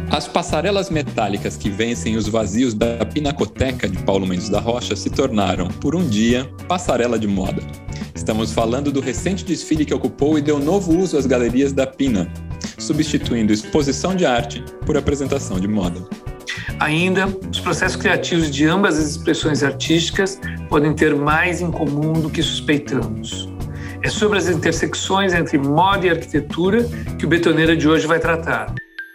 As passarelas metálicas que vencem os vazios da Pinacoteca de Paulo Mendes da Rocha se tornaram, por um dia, passarela de moda. Estamos falando do recente desfile que ocupou e deu novo uso às galerias da Pina, substituindo exposição de arte por apresentação de moda. Ainda, os processos criativos de ambas as expressões artísticas podem ter mais em comum do que suspeitamos. É sobre as intersecções entre moda e arquitetura que o Betoneira de hoje vai tratar.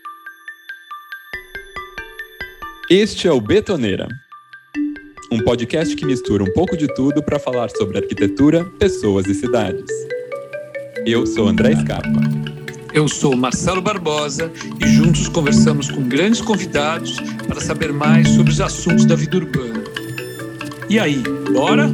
Este é o Betoneira, um podcast que mistura um pouco de tudo para falar sobre arquitetura, pessoas e cidades. Eu sou André Scarpa. Eu sou Marcelo Barbosa e juntos conversamos com grandes convidados para saber mais sobre os assuntos da vida urbana. E aí, bora?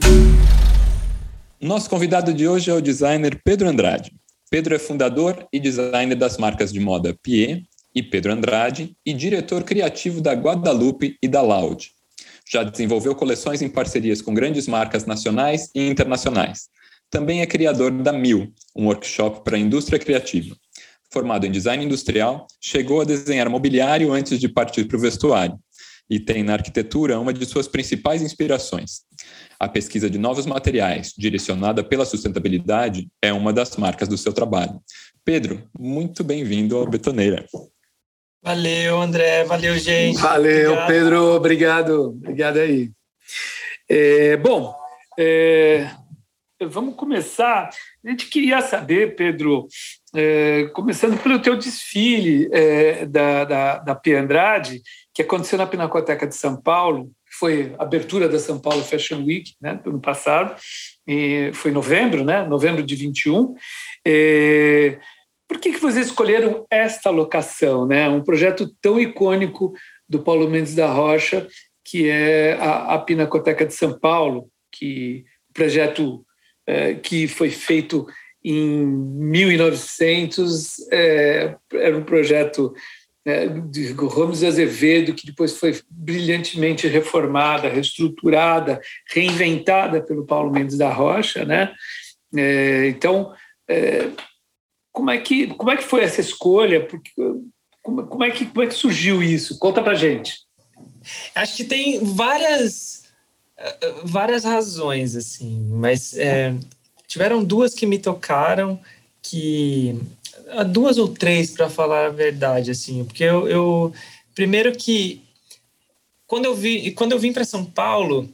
Nosso convidado de hoje é o designer Pedro Andrade. Pedro é fundador e designer das marcas de moda Pied e Pedro Andrade e diretor criativo da Guadalupe e da Loud. Já desenvolveu coleções em parcerias com grandes marcas nacionais e internacionais. Também é criador da Mil, um workshop para a indústria criativa. Formado em design industrial, chegou a desenhar mobiliário antes de partir para o vestuário. E tem na arquitetura uma de suas principais inspirações. A pesquisa de novos materiais, direcionada pela sustentabilidade, é uma das marcas do seu trabalho. Pedro, muito bem-vindo ao Betoneira. Valeu, André. Valeu, gente. Valeu, obrigado. Pedro. Obrigado. Obrigado aí. Vamos começar. A gente queria saber, Pedro, começando pelo teu desfile da P. Andrade, que aconteceu na Pinacoteca de São Paulo, foi a abertura da São Paulo Fashion Week, né, do ano passado, e foi em novembro, né, novembro de 21. Por que vocês escolheram esta locação, né? Um projeto tão icônico do Paulo Mendes da Rocha, que é a Pinacoteca de São Paulo, projeto que foi feito em 1900, era um projeto de Ramos de Azevedo, que depois foi brilhantemente reformada, reestruturada, reinventada pelo Paulo Mendes da Rocha, né? Então, como é que foi essa escolha? Como é que surgiu isso? Conta pra gente. Acho que tem várias razões, assim, mas tiveram duas que me tocaram, duas ou três, para falar a verdade, assim, porque eu primeiro que quando eu vim para São Paulo,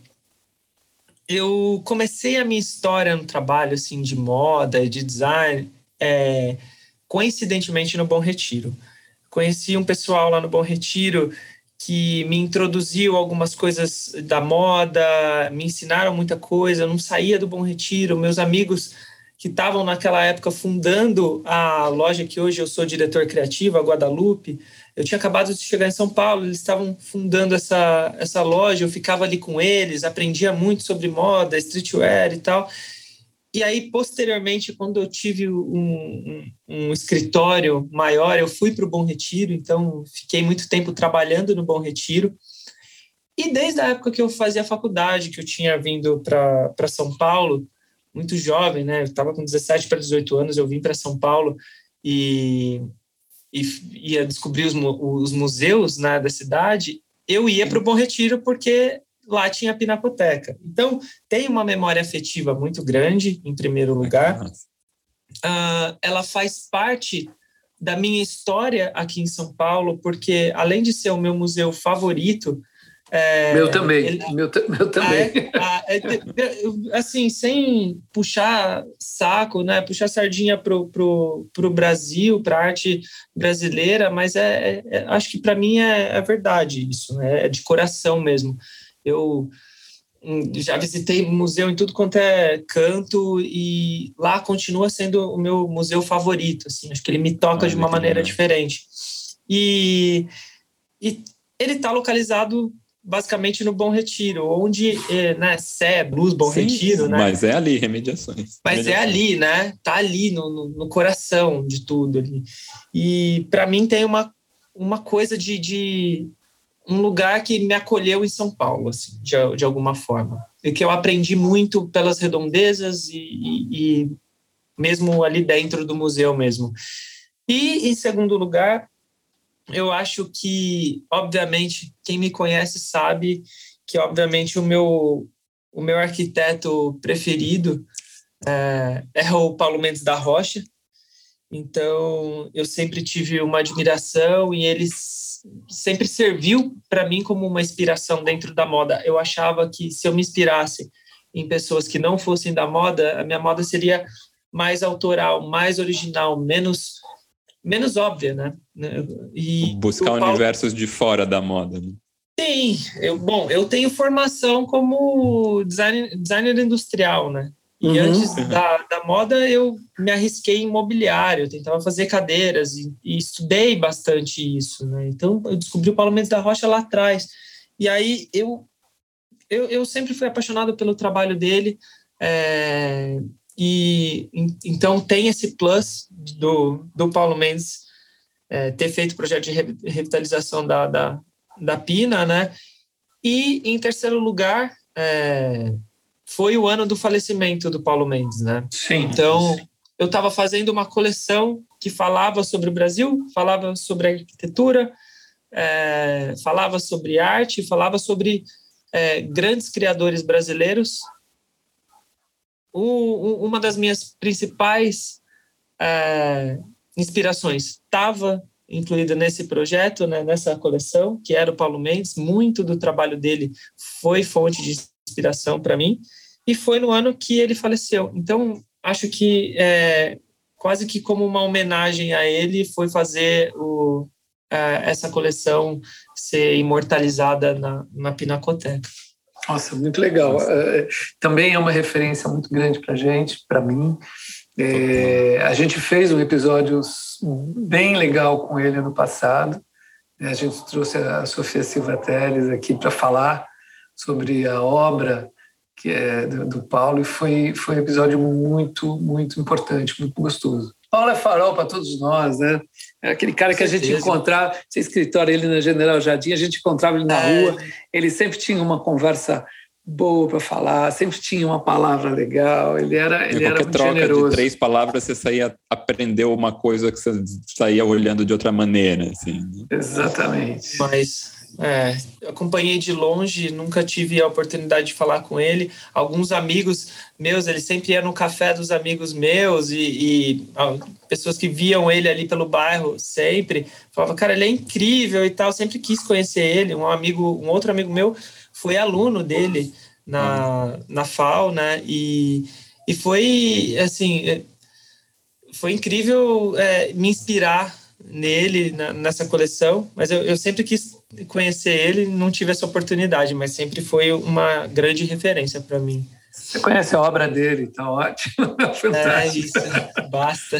eu comecei a minha história no trabalho, assim, de moda, de design, coincidentemente no Bom Retiro. Conheci um pessoal lá no Bom Retiro que me introduziu algumas coisas da moda, me ensinaram muita coisa, eu não saía do Bom Retiro. Meus amigos que estavam naquela época fundando a loja que hoje eu sou diretor criativo, a Guadalupe, eu tinha acabado de chegar em São Paulo, eles estavam fundando essa loja, eu ficava ali com eles, aprendia muito sobre moda, streetwear e tal. E aí, posteriormente, quando eu tive um escritório maior, eu fui para o Bom Retiro, então fiquei muito tempo trabalhando no Bom Retiro. E desde a época que eu fazia faculdade, que eu tinha vindo para São Paulo, muito jovem, né? Eu estava com 17 para 18 anos, eu vim para São Paulo e ia descobrir os museus, né, da cidade. Eu ia para o Bom Retiro porque lá tinha a Pinacoteca. Então, tem uma memória afetiva muito grande, em primeiro lugar. Ela faz parte da minha história aqui em São Paulo, porque, além de ser o meu museu favorito... Meu também. Meu também. Assim, sem puxar saco, né? Puxar sardinha pro Brasil, para a arte brasileira, mas acho que, para mim, é verdade isso, né? É de coração mesmo. Eu já visitei museu em tudo quanto é canto e lá continua sendo o meu museu favorito, assim, acho que ele me toca de uma maneira diferente. E ele está localizado basicamente no Bom Retiro, onde, né, Blues, Bom Retiro, né? Mas é ali, Remediações. Mas é ali, né? Tá ali no coração de tudo ali. E para mim tem uma coisa de um lugar que me acolheu em São Paulo, assim, de alguma forma. E que eu aprendi muito pelas redondezas e mesmo ali dentro do museu mesmo. E, em segundo lugar, eu acho que, obviamente, quem me conhece sabe que, obviamente, o meu arquiteto preferido é o Paulo Mendes da Rocha. Então, eu sempre tive uma admiração e ele sempre serviu para mim como uma inspiração dentro da moda. Eu achava que se eu me inspirasse em pessoas que não fossem da moda, a minha moda seria mais autoral, mais original, menos óbvia, né? E buscar universos de fora da moda, né? Sim, eu tenho formação como designer industrial, né? E antes da moda, eu me arrisquei em mobiliário, eu tentava fazer cadeiras e estudei bastante isso, né? Então, eu descobri o Paulo Mendes da Rocha lá atrás. E aí, eu sempre fui apaixonado pelo trabalho dele. Então, tem esse plus do Paulo Mendes ter feito o projeto de revitalização da Pina, né? E, em terceiro lugar, foi o ano do falecimento do Paulo Mendes, né? Sim. Então, eu estava fazendo uma coleção que falava sobre o Brasil, falava sobre arquitetura, falava sobre arte, falava sobre grandes criadores brasileiros. Uma das minhas principais inspirações estava incluída nesse projeto, né, nessa coleção, que era o Paulo Mendes. Muito do trabalho dele foi fonte de inspiração para mim, e foi no ano que ele faleceu. Então, acho que quase que como uma homenagem a ele foi fazer essa coleção ser imortalizada na Pinacoteca. Nossa, muito legal. Também é uma referência muito grande para a gente, para mim. A gente fez um episódio bem legal com ele ano passado. A gente trouxe a Sofia Silva Teles aqui para falar sobre a obra que é do Paulo, e foi um episódio muito, muito importante, muito gostoso. Paulo é farol para todos nós, né? É aquele cara que a gente encontrava, tinha escritório ele na General Jardim, a gente encontrava ele na rua, ele sempre tinha uma conversa boa para falar, sempre tinha uma palavra legal, ele era muito troca generoso. De 3 palavras, você aprendeu uma coisa que você saía olhando de outra maneira, assim. Exatamente. Mas eu acompanhei de longe, nunca tive a oportunidade de falar com ele. Alguns amigos meus, ele sempre ia no café dos amigos meus e pessoas que viam ele ali pelo bairro sempre falavam, cara, ele é incrível e tal. Sempre quis conhecer ele. Um outro amigo meu foi aluno dele na FAO, né? E foi assim, foi incrível me inspirar nele, nessa coleção, mas eu sempre quis conhecer ele, não tive essa oportunidade, mas sempre foi uma grande referência para mim. Você conhece a obra dele, tá ótimo. Fantástico. Isso, basta.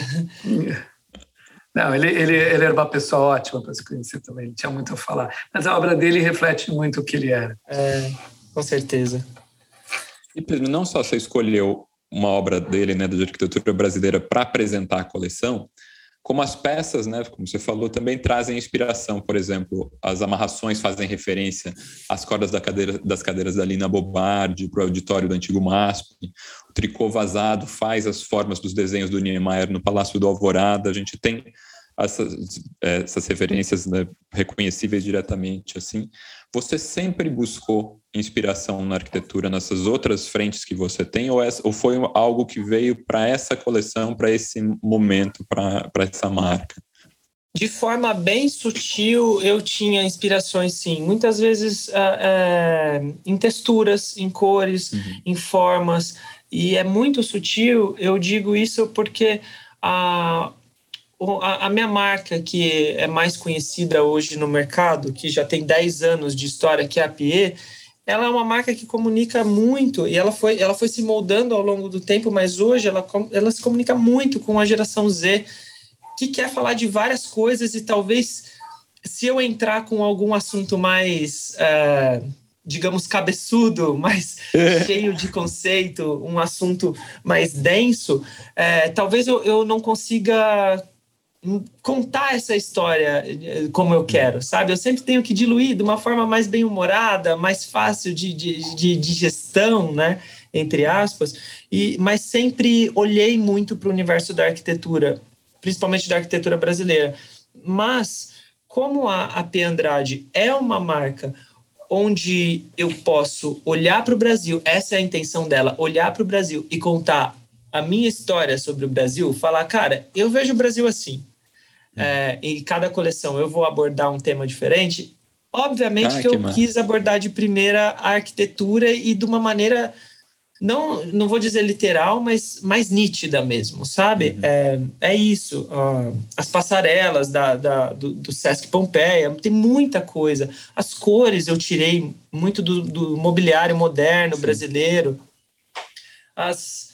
Não, ele era uma pessoa ótima para se conhecer também, ele tinha muito a falar, mas a obra dele reflete muito o que ele era. Com certeza. E Pedro, não só você escolheu uma obra dele, né, de arquitetura brasileira para apresentar a coleção, como as peças, né, como você falou, também trazem inspiração. Por exemplo, as amarrações fazem referência às cordas das cadeiras da Lina Bobardi, para o auditório do antigo MASP. O tricô vazado faz as formas dos desenhos do Niemeyer no Palácio do Alvorada. A gente tem essas referências, né, reconhecíveis diretamente. Assim. Você sempre buscou inspiração na arquitetura nessas outras frentes que você tem, ou foi algo que veio para essa coleção, para esse momento, para essa marca? De forma bem sutil, eu tinha inspirações, sim. Muitas vezes em texturas, em cores, em formas. E é muito sutil, eu digo isso porque a minha marca, que é mais conhecida hoje no mercado, que já tem 10 anos de história, que é a Pié, ela é uma marca que comunica muito, e ela foi se moldando ao longo do tempo, mas hoje ela se comunica muito com a geração Z, que quer falar de várias coisas, e talvez, se eu entrar com algum assunto mais, digamos, cabeçudo, mais cheio de conceito, um assunto mais denso, talvez eu não consiga contar essa história como eu quero, sabe? Eu sempre tenho que diluir de uma forma mais bem-humorada, mais fácil de gestão, né? Entre aspas, mas sempre olhei muito para o universo da arquitetura, principalmente da arquitetura brasileira. Mas como a P. Andrade é uma marca onde eu posso olhar para o Brasil, essa é a intenção dela, olhar para o Brasil e contar a minha história sobre o Brasil, falar, cara, eu vejo o Brasil assim. Em cada coleção eu vou abordar um tema diferente. Obviamente que eu quis abordar de primeira a arquitetura e de uma maneira, não vou dizer literal, mas mais nítida mesmo, sabe? É isso. As passarelas do Sesc Pompeia, tem muita coisa. As cores eu tirei muito do mobiliário moderno brasileiro. As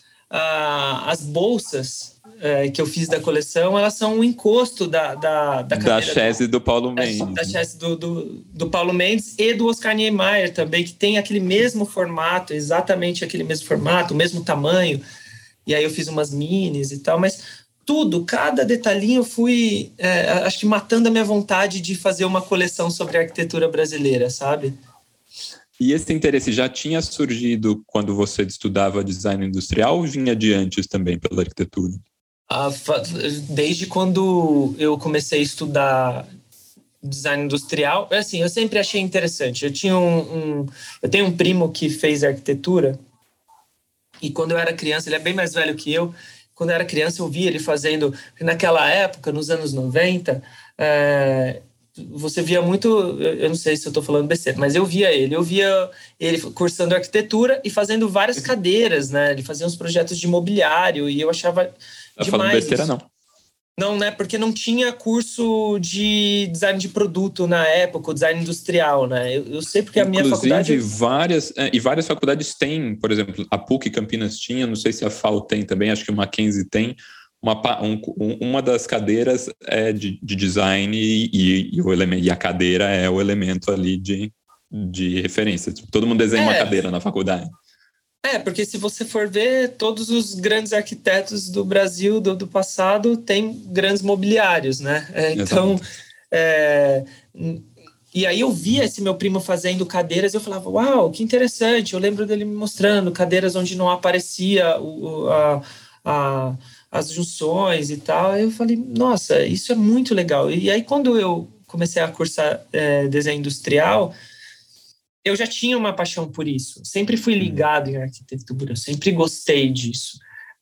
bolsas que eu fiz da coleção, elas são um encosto da chaise do Paulo Mendes. Da chaise do Paulo Mendes e do Oscar Niemeyer também, que tem aquele mesmo formato, exatamente aquele mesmo formato, o mesmo tamanho. E aí eu fiz umas minis e tal, mas tudo, cada detalhinho eu fui, acho que matando a minha vontade de fazer uma coleção sobre a arquitetura brasileira, sabe? E esse interesse já tinha surgido quando você estudava design industrial ou vinha de antes também pela arquitetura? Desde quando eu comecei a estudar design industrial, assim, eu sempre achei interessante. Eu tenho um primo que fez arquitetura e quando eu era criança, ele é bem mais velho que eu, quando eu era criança eu via ele fazendo, naquela época, nos anos 90, você via muito, eu não sei se eu estou falando besteira, mas eu via ele cursando arquitetura e fazendo várias cadeiras, né? Ele fazia uns projetos de mobiliário e eu achava demais. Falando besteira, isso. Não, né? Porque não tinha curso de design de produto na época, o design industrial, né? Eu sei porque inclusive, a minha faculdade... várias faculdades têm, por exemplo, a PUC Campinas tinha, não sei se a FAU tem também, acho que o Mackenzie tem, uma das cadeiras é de design e a cadeira é o elemento ali de referência. Todo mundo desenha uma cadeira na faculdade. Porque se você for ver, todos os grandes arquitetos do Brasil do passado têm grandes mobiliários, né? Então, e aí eu via esse meu primo fazendo cadeiras e eu falava, uau, que interessante. Eu lembro dele me mostrando cadeiras onde não aparecia as junções e tal. Aí eu falei, nossa, isso é muito legal. E aí quando eu comecei a cursar desenho industrial, eu já tinha uma paixão por isso. Sempre fui ligado em arquitetura, sempre gostei disso.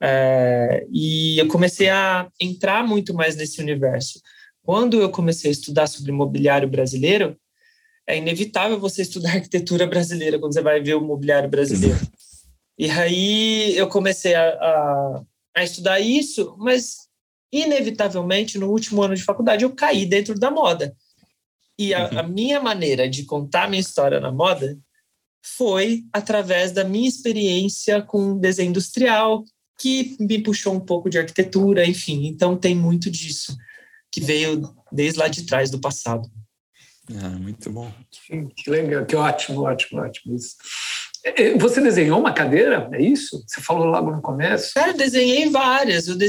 E eu comecei a entrar muito mais nesse universo. Quando eu comecei a estudar sobre mobiliário brasileiro, é inevitável você estudar arquitetura brasileira quando você vai ver o mobiliário brasileiro. E aí eu comecei a estudar isso, mas inevitavelmente no último ano de faculdade eu caí dentro da moda. E a minha maneira de contar a minha história na moda foi através da minha experiência com desenho industrial, que me puxou um pouco de arquitetura, enfim. Então tem muito disso, que veio desde lá de trás do passado. Muito bom. Que legal, que ótimo isso. Você desenhou uma cadeira? É isso? Você falou logo no começo? Cara, eu desenhei várias. Eu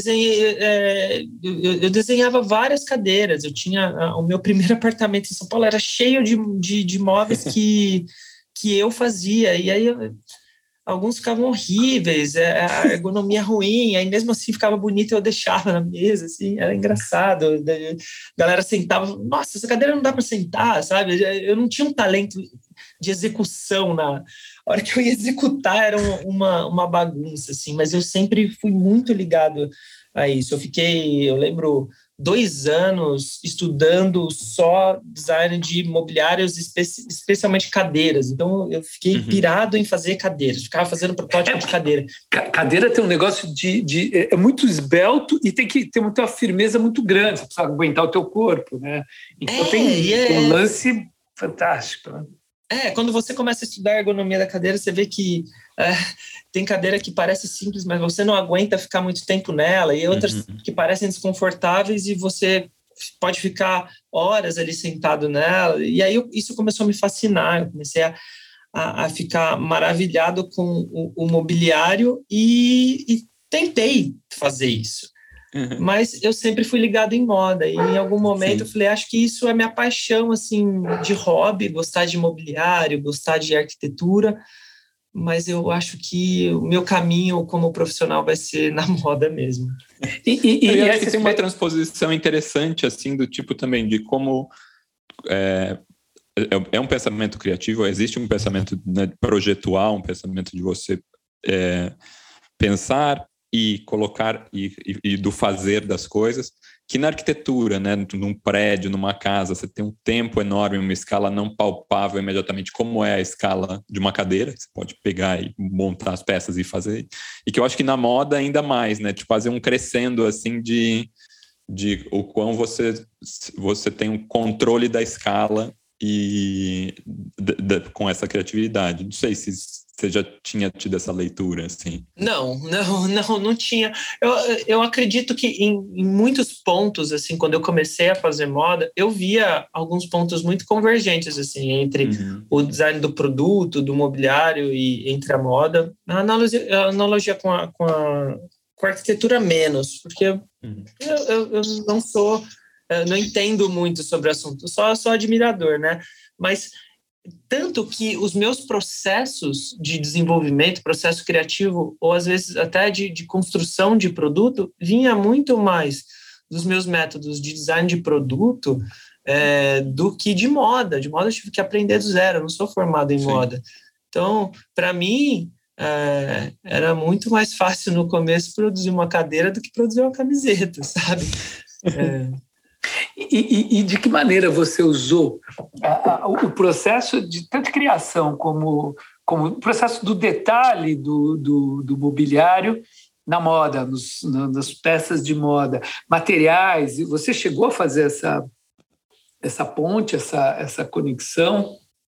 desenhava várias cadeiras. Eu tinha... O meu primeiro apartamento em São Paulo era cheio de móveis que eu fazia. E aí, alguns ficavam horríveis, a ergonomia ruim. Aí, mesmo assim, ficava bonito e eu deixava na mesa. Assim, era engraçado. A galera sentava. Nossa, essa cadeira não dá para sentar, sabe? Eu não tinha um talento de execução na... A hora que eu ia executar era uma bagunça, assim, mas eu sempre fui muito ligado a isso. Eu lembro, 2 anos estudando só design de mobiliários, especialmente cadeiras. Então, eu fiquei pirado em fazer cadeiras, ficava fazendo protótipo de cadeira. Cadeira tem um negócio é muito esbelto e tem que ter uma firmeza muito grande, você precisa aguentar o teu corpo, né? Então tem um lance fantástico, né? Quando você começa a estudar a ergonomia da cadeira, você vê que tem cadeira que parece simples, mas você não aguenta ficar muito tempo nela, e outras que parecem desconfortáveis e você pode ficar horas ali sentado nela. E aí isso começou a me fascinar, eu comecei a ficar maravilhado com o mobiliário e tentei fazer isso. Mas eu sempre fui ligado em moda e em algum momento eu falei, acho que isso é minha paixão, assim, de hobby, gostar de mobiliário, gostar de arquitetura, mas eu acho que o meu caminho como profissional vai ser na moda mesmo. E acho que tem uma transposição interessante, assim, do tipo também de como é um pensamento criativo, existe um pensamento, né, projetual, um pensamento de você pensar e colocar e do fazer das coisas, que na arquitetura, né, num prédio, numa casa, você tem um tempo enorme, uma escala não palpável imediatamente, como é a escala de uma cadeira, que você pode pegar e montar as peças e fazer, e que eu acho que na moda ainda mais, né, de fazer um crescendo assim de o quão você tem um controle da escala e com essa criatividade. Não sei se você já tinha tido essa leitura, assim. Não tinha. Eu acredito que em muitos pontos, assim, quando eu comecei a fazer moda, eu via alguns pontos muito convergentes, assim, entre o design do produto, do mobiliário e entre a moda. A analogia com a arquitetura menos, porque eu não entendo muito sobre o assunto, só admirador, né? Mas tanto que os meus processos de desenvolvimento, processo criativo, ou às vezes até de construção de produto, vinha muito mais dos meus métodos de design de produto do que de moda. De moda eu tive que aprender do zero, eu não sou formado em moda. Então, para mim, era muito mais fácil no começo produzir uma cadeira do que produzir uma camiseta, sabe? E de que maneira você usou o processo de tanto criação como o processo do detalhe do mobiliário na moda, nas peças de moda, materiais? Você chegou a fazer essa ponte, essa conexão?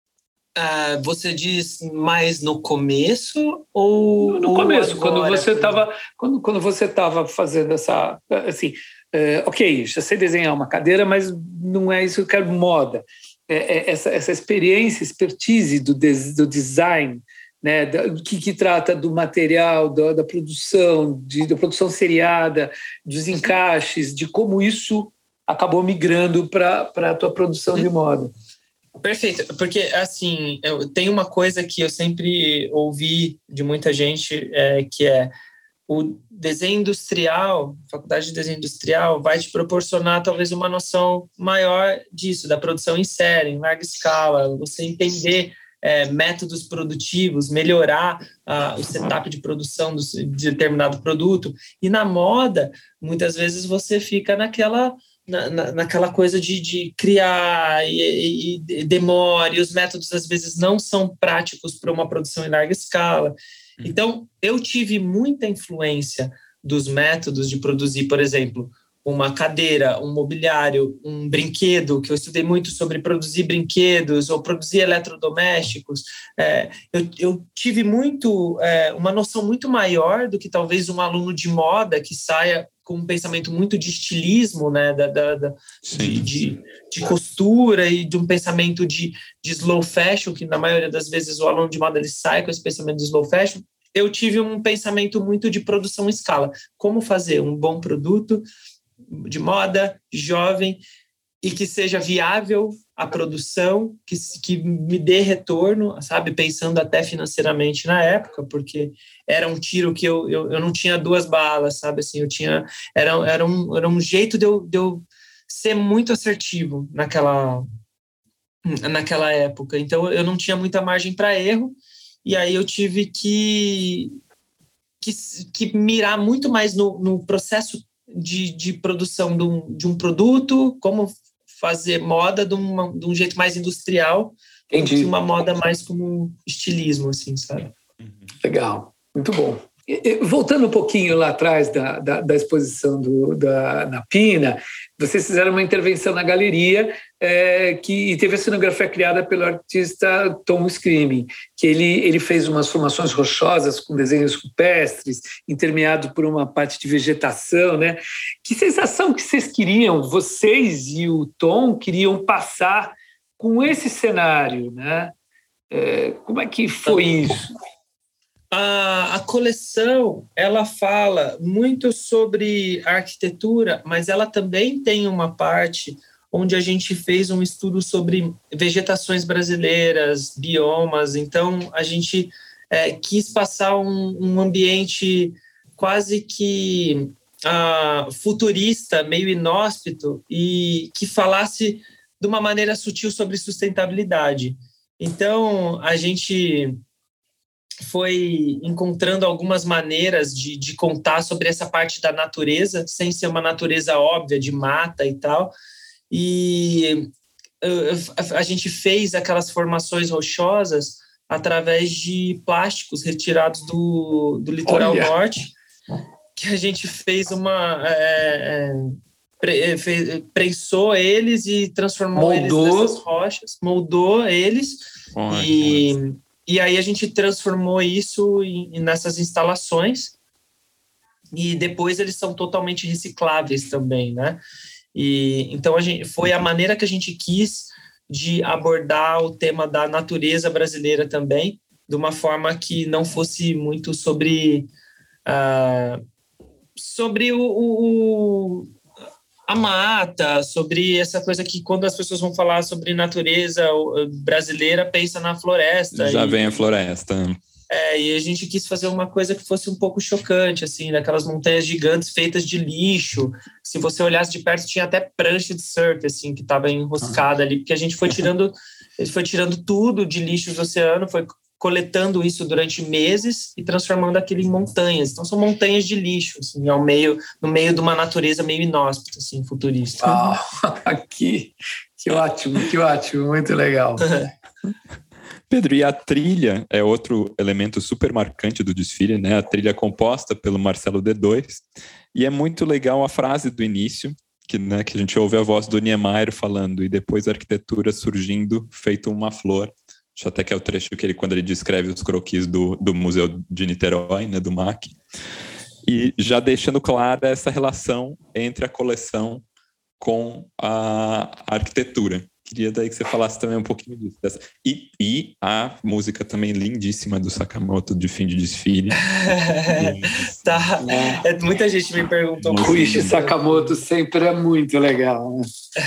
Você diz mais no começo ou no começo, agora? quando você estava fazendo essa, assim, ok, já sei desenhar uma cadeira, mas não é isso que eu quero, moda. Essa experiência, expertise do design, né, que trata do material, da produção, da produção seriada, dos encaixes, de como isso acabou migrando para a tua produção de moda. Perfeito, porque assim, tem uma coisa que eu sempre ouvi de muita gente, que é o desenho industrial, a faculdade de desenho industrial vai te proporcionar talvez uma noção maior disso, da produção em série, em larga escala, você entender métodos produtivos, melhorar o setup de produção de determinado produto. E na moda, muitas vezes você fica naquela coisa de criar e demora, e os métodos às vezes não são práticos para uma produção em larga escala. Então, eu tive muita influência dos métodos de produzir, por exemplo, uma cadeira, um mobiliário, um brinquedo, que eu estudei muito sobre produzir brinquedos ou produzir eletrodomésticos. Eu tive uma noção muito maior do que talvez um aluno de moda que saia com um pensamento muito de estilismo, né, de costura e de um pensamento de slow fashion, que na maioria das vezes o aluno de moda ele sai com esse pensamento de slow fashion. Eu tive um pensamento muito de produção em escala. Como fazer um bom produto de moda, jovem, e que seja viável a produção, que me dê retorno, sabe? Pensando até financeiramente na época, porque era um tiro que eu não tinha duas balas, sabe? Assim, era um jeito de eu ser muito assertivo naquela época. Então, eu não tinha muita margem para erro, e aí eu tive que mirar muito mais no processo de produção de um produto, como fazer moda de um jeito mais industrial, do que uma moda mais como estilismo, assim, sabe? Legal, muito bom. Voltando um pouquinho lá atrás da exposição na Pina, vocês fizeram uma intervenção na galeria que teve a cenografia criada pelo artista Tom Screaming, que ele fez umas formações rochosas com desenhos rupestres, intermeado por uma parte de vegetação, né? Que sensação que vocês e o Tom queriam passar com esse cenário, né? Como é que foi isso? A coleção, ela fala muito sobre arquitetura, mas ela também tem uma parte onde a gente fez um estudo sobre vegetações brasileiras, biomas. Então, a gente quis passar um ambiente quase que futurista, meio inóspito, e que falasse de uma maneira sutil sobre sustentabilidade. Então, a gente foi encontrando algumas maneiras de contar sobre essa parte da natureza, sem ser uma natureza óbvia, de mata e tal. E a gente fez aquelas formações rochosas através de plásticos retirados do litoral norte, que a gente fez prensou eles e transformou eles nessas rochas, moldou eles, e aí a gente transformou isso nessas instalações, e depois eles são totalmente recicláveis também, né? E então foi a maneira que a gente quis de abordar o tema da natureza brasileira também, de uma forma que não fosse muito sobre a mata, sobre essa coisa que quando as pessoas vão falar sobre natureza brasileira, pensa na floresta. Já vem a floresta. E a gente quis fazer uma coisa que fosse um pouco chocante, assim, daquelas montanhas gigantes feitas de lixo. Se você olhasse de perto, tinha até prancha de surf, assim, que estava enroscada ali, porque a gente foi tirando tudo de lixo do oceano, foi coletando isso durante meses e transformando aquilo em montanhas. Então, são montanhas de lixo, assim, no meio de uma natureza meio inóspita, assim, futurista. Que ótimo, muito legal. Pedro, e a trilha é outro elemento super marcante do desfile, né? A trilha é composta pelo Marcelo D2, e é muito legal a frase do início, que a gente ouve a voz do Niemeyer falando, e depois a arquitetura surgindo, feito uma flor. Acho até que é o trecho que quando ele descreve os croquis do Museu de Niterói, né, do MAC, e já deixando clara essa relação entre a coleção com a arquitetura. Queria daí que você falasse também um pouquinho disso. E a música também lindíssima do Sakamoto de fim de desfile. Tá. Muita gente me perguntou. O Koichi Sakamoto sempre é muito legal, né?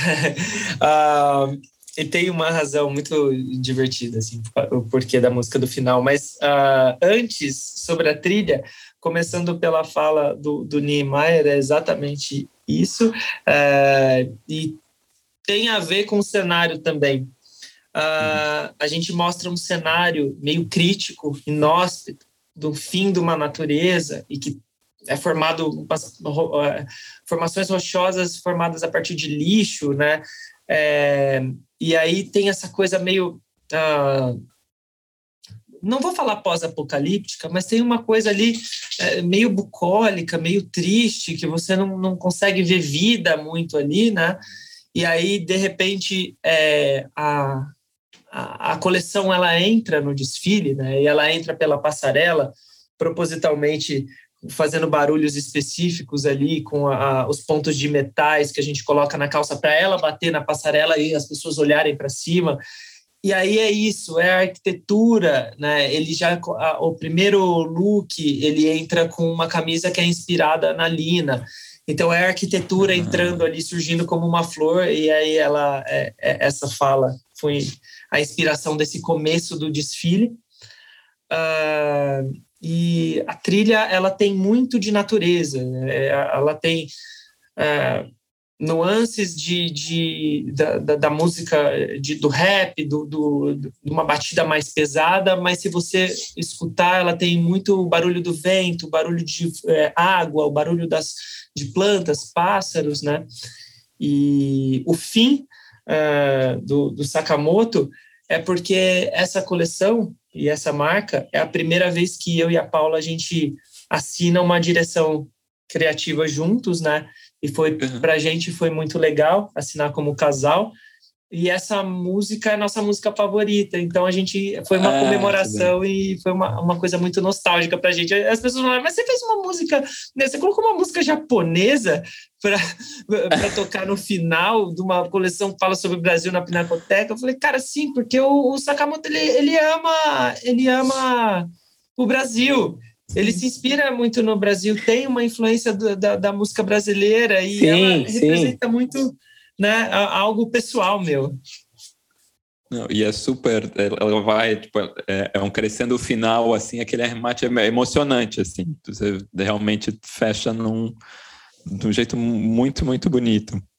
E tem uma razão muito divertida, assim, o porquê da música do final. Mas antes, sobre a trilha, começando pela fala do Niemeyer, é exatamente isso. E tem a ver com o cenário também. A gente mostra um cenário meio crítico, inóspito, do fim de uma natureza e que é formado formações rochosas formadas a partir de lixo, né? E aí tem essa coisa meio não vou falar pós-apocalíptica, mas tem uma coisa ali meio bucólica, meio triste, que você não consegue ver vida muito ali, né? E aí, de repente, a coleção ela entra no desfile, né? E ela entra pela passarela, propositalmente fazendo barulhos específicos ali com os pontos de metais que a gente coloca na calça para ela bater na passarela e as pessoas olharem para cima. E aí é isso, é a arquitetura, né? O primeiro look, ele entra com uma camisa que é inspirada na Lina. Então, é a arquitetura entrando ali, surgindo como uma flor, e aí essa fala foi a inspiração desse começo do desfile. E a trilha, ela tem muito de natureza, ela tem nuances da música, do rap, de uma batida mais pesada, mas se você escutar, ela tem muito barulho do vento, barulho de água, o barulho de plantas, pássaros, né? E o fim do Sakamoto é porque essa coleção e essa marca é a primeira vez que eu e a Paula a gente assina uma direção criativa juntos, né? E pra gente foi muito legal assinar como casal. E essa música é a nossa música favorita. Então, foi uma comemoração e foi uma coisa muito nostálgica pra gente. As pessoas falaram, mas você fez uma música, né? Você colocou uma música japonesa para tocar no final de uma coleção que fala sobre o Brasil na Pinacoteca. Eu falei, cara, sim, porque o Sakamoto, ele ama o Brasil. Ele se inspira muito no Brasil, tem uma influência da música brasileira e ela representa muito... Né, algo pessoal meu. Não, e é super, ela vai, tipo, é um crescendo final, assim, aquele arremate é emocionante, assim, você realmente fecha de um jeito muito, muito bonito.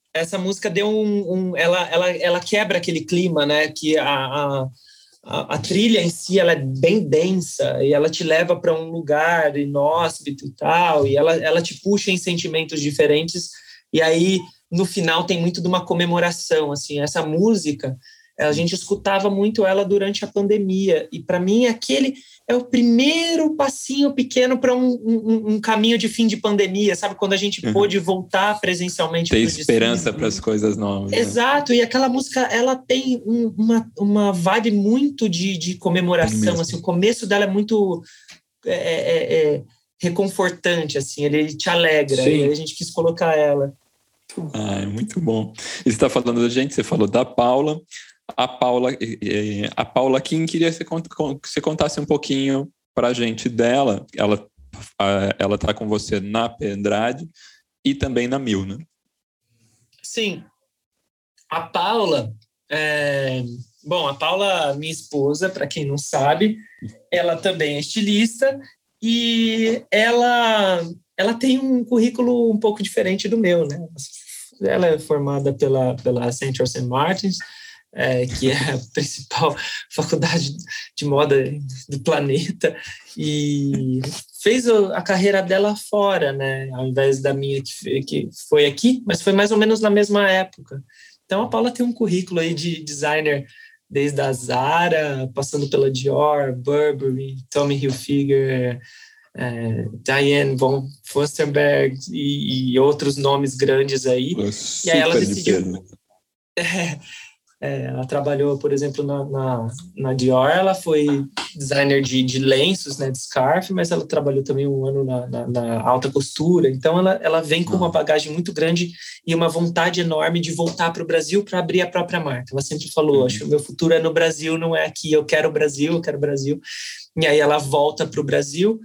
essa música deu ela quebra aquele clima, né? Que a trilha em si ela é bem densa e ela te leva para um lugar inóspito e tal, e ela te puxa em sentimentos diferentes, e aí no final tem muito de uma comemoração, assim. Essa música, a gente escutava muito ela durante a pandemia, e para mim aquele é o primeiro passinho pequeno para um caminho de fim de pandemia, sabe? Quando a gente pôde voltar presencialmente. Ter esperança para as coisas novas. Exato, né? E aquela música, ela tem uma vibe muito de comemoração, assim, o começo dela é muito reconfortante, assim, ele te alegra, e a gente quis colocar ela. É muito bom. E você está falando da gente, você falou da Paula. A Paula Kim queria que você contasse um pouquinho para a gente dela. Ela está com você na P. Andrade e também na Mil, né? Sim. A Paula, a Paula, minha esposa, para quem não sabe, ela também é estilista e ela tem um currículo um pouco diferente do meu, né? Ela é formada pela Central St. Martins, que é a principal faculdade de moda do planeta, e fez a carreira dela fora, né? Ao invés da minha, que foi aqui, mas foi mais ou menos na mesma época. Então, a Paula tem um currículo aí de designer desde a Zara, passando pela Dior, Burberry, Tommy Hilfiger, Diane von Furstenberg e outros nomes grandes aí. E aí ela decidiu... ela trabalhou, por exemplo, na Dior, ela foi designer de lenços, né, de scarf, mas ela trabalhou também um ano na alta costura. Então, ela vem com uma bagagem muito grande e uma vontade enorme de voltar para o Brasil para abrir a própria marca. Ela sempre falou, acho que o meu futuro é no Brasil, não é aqui, eu quero o Brasil, eu quero o Brasil. E aí ela volta para o Brasil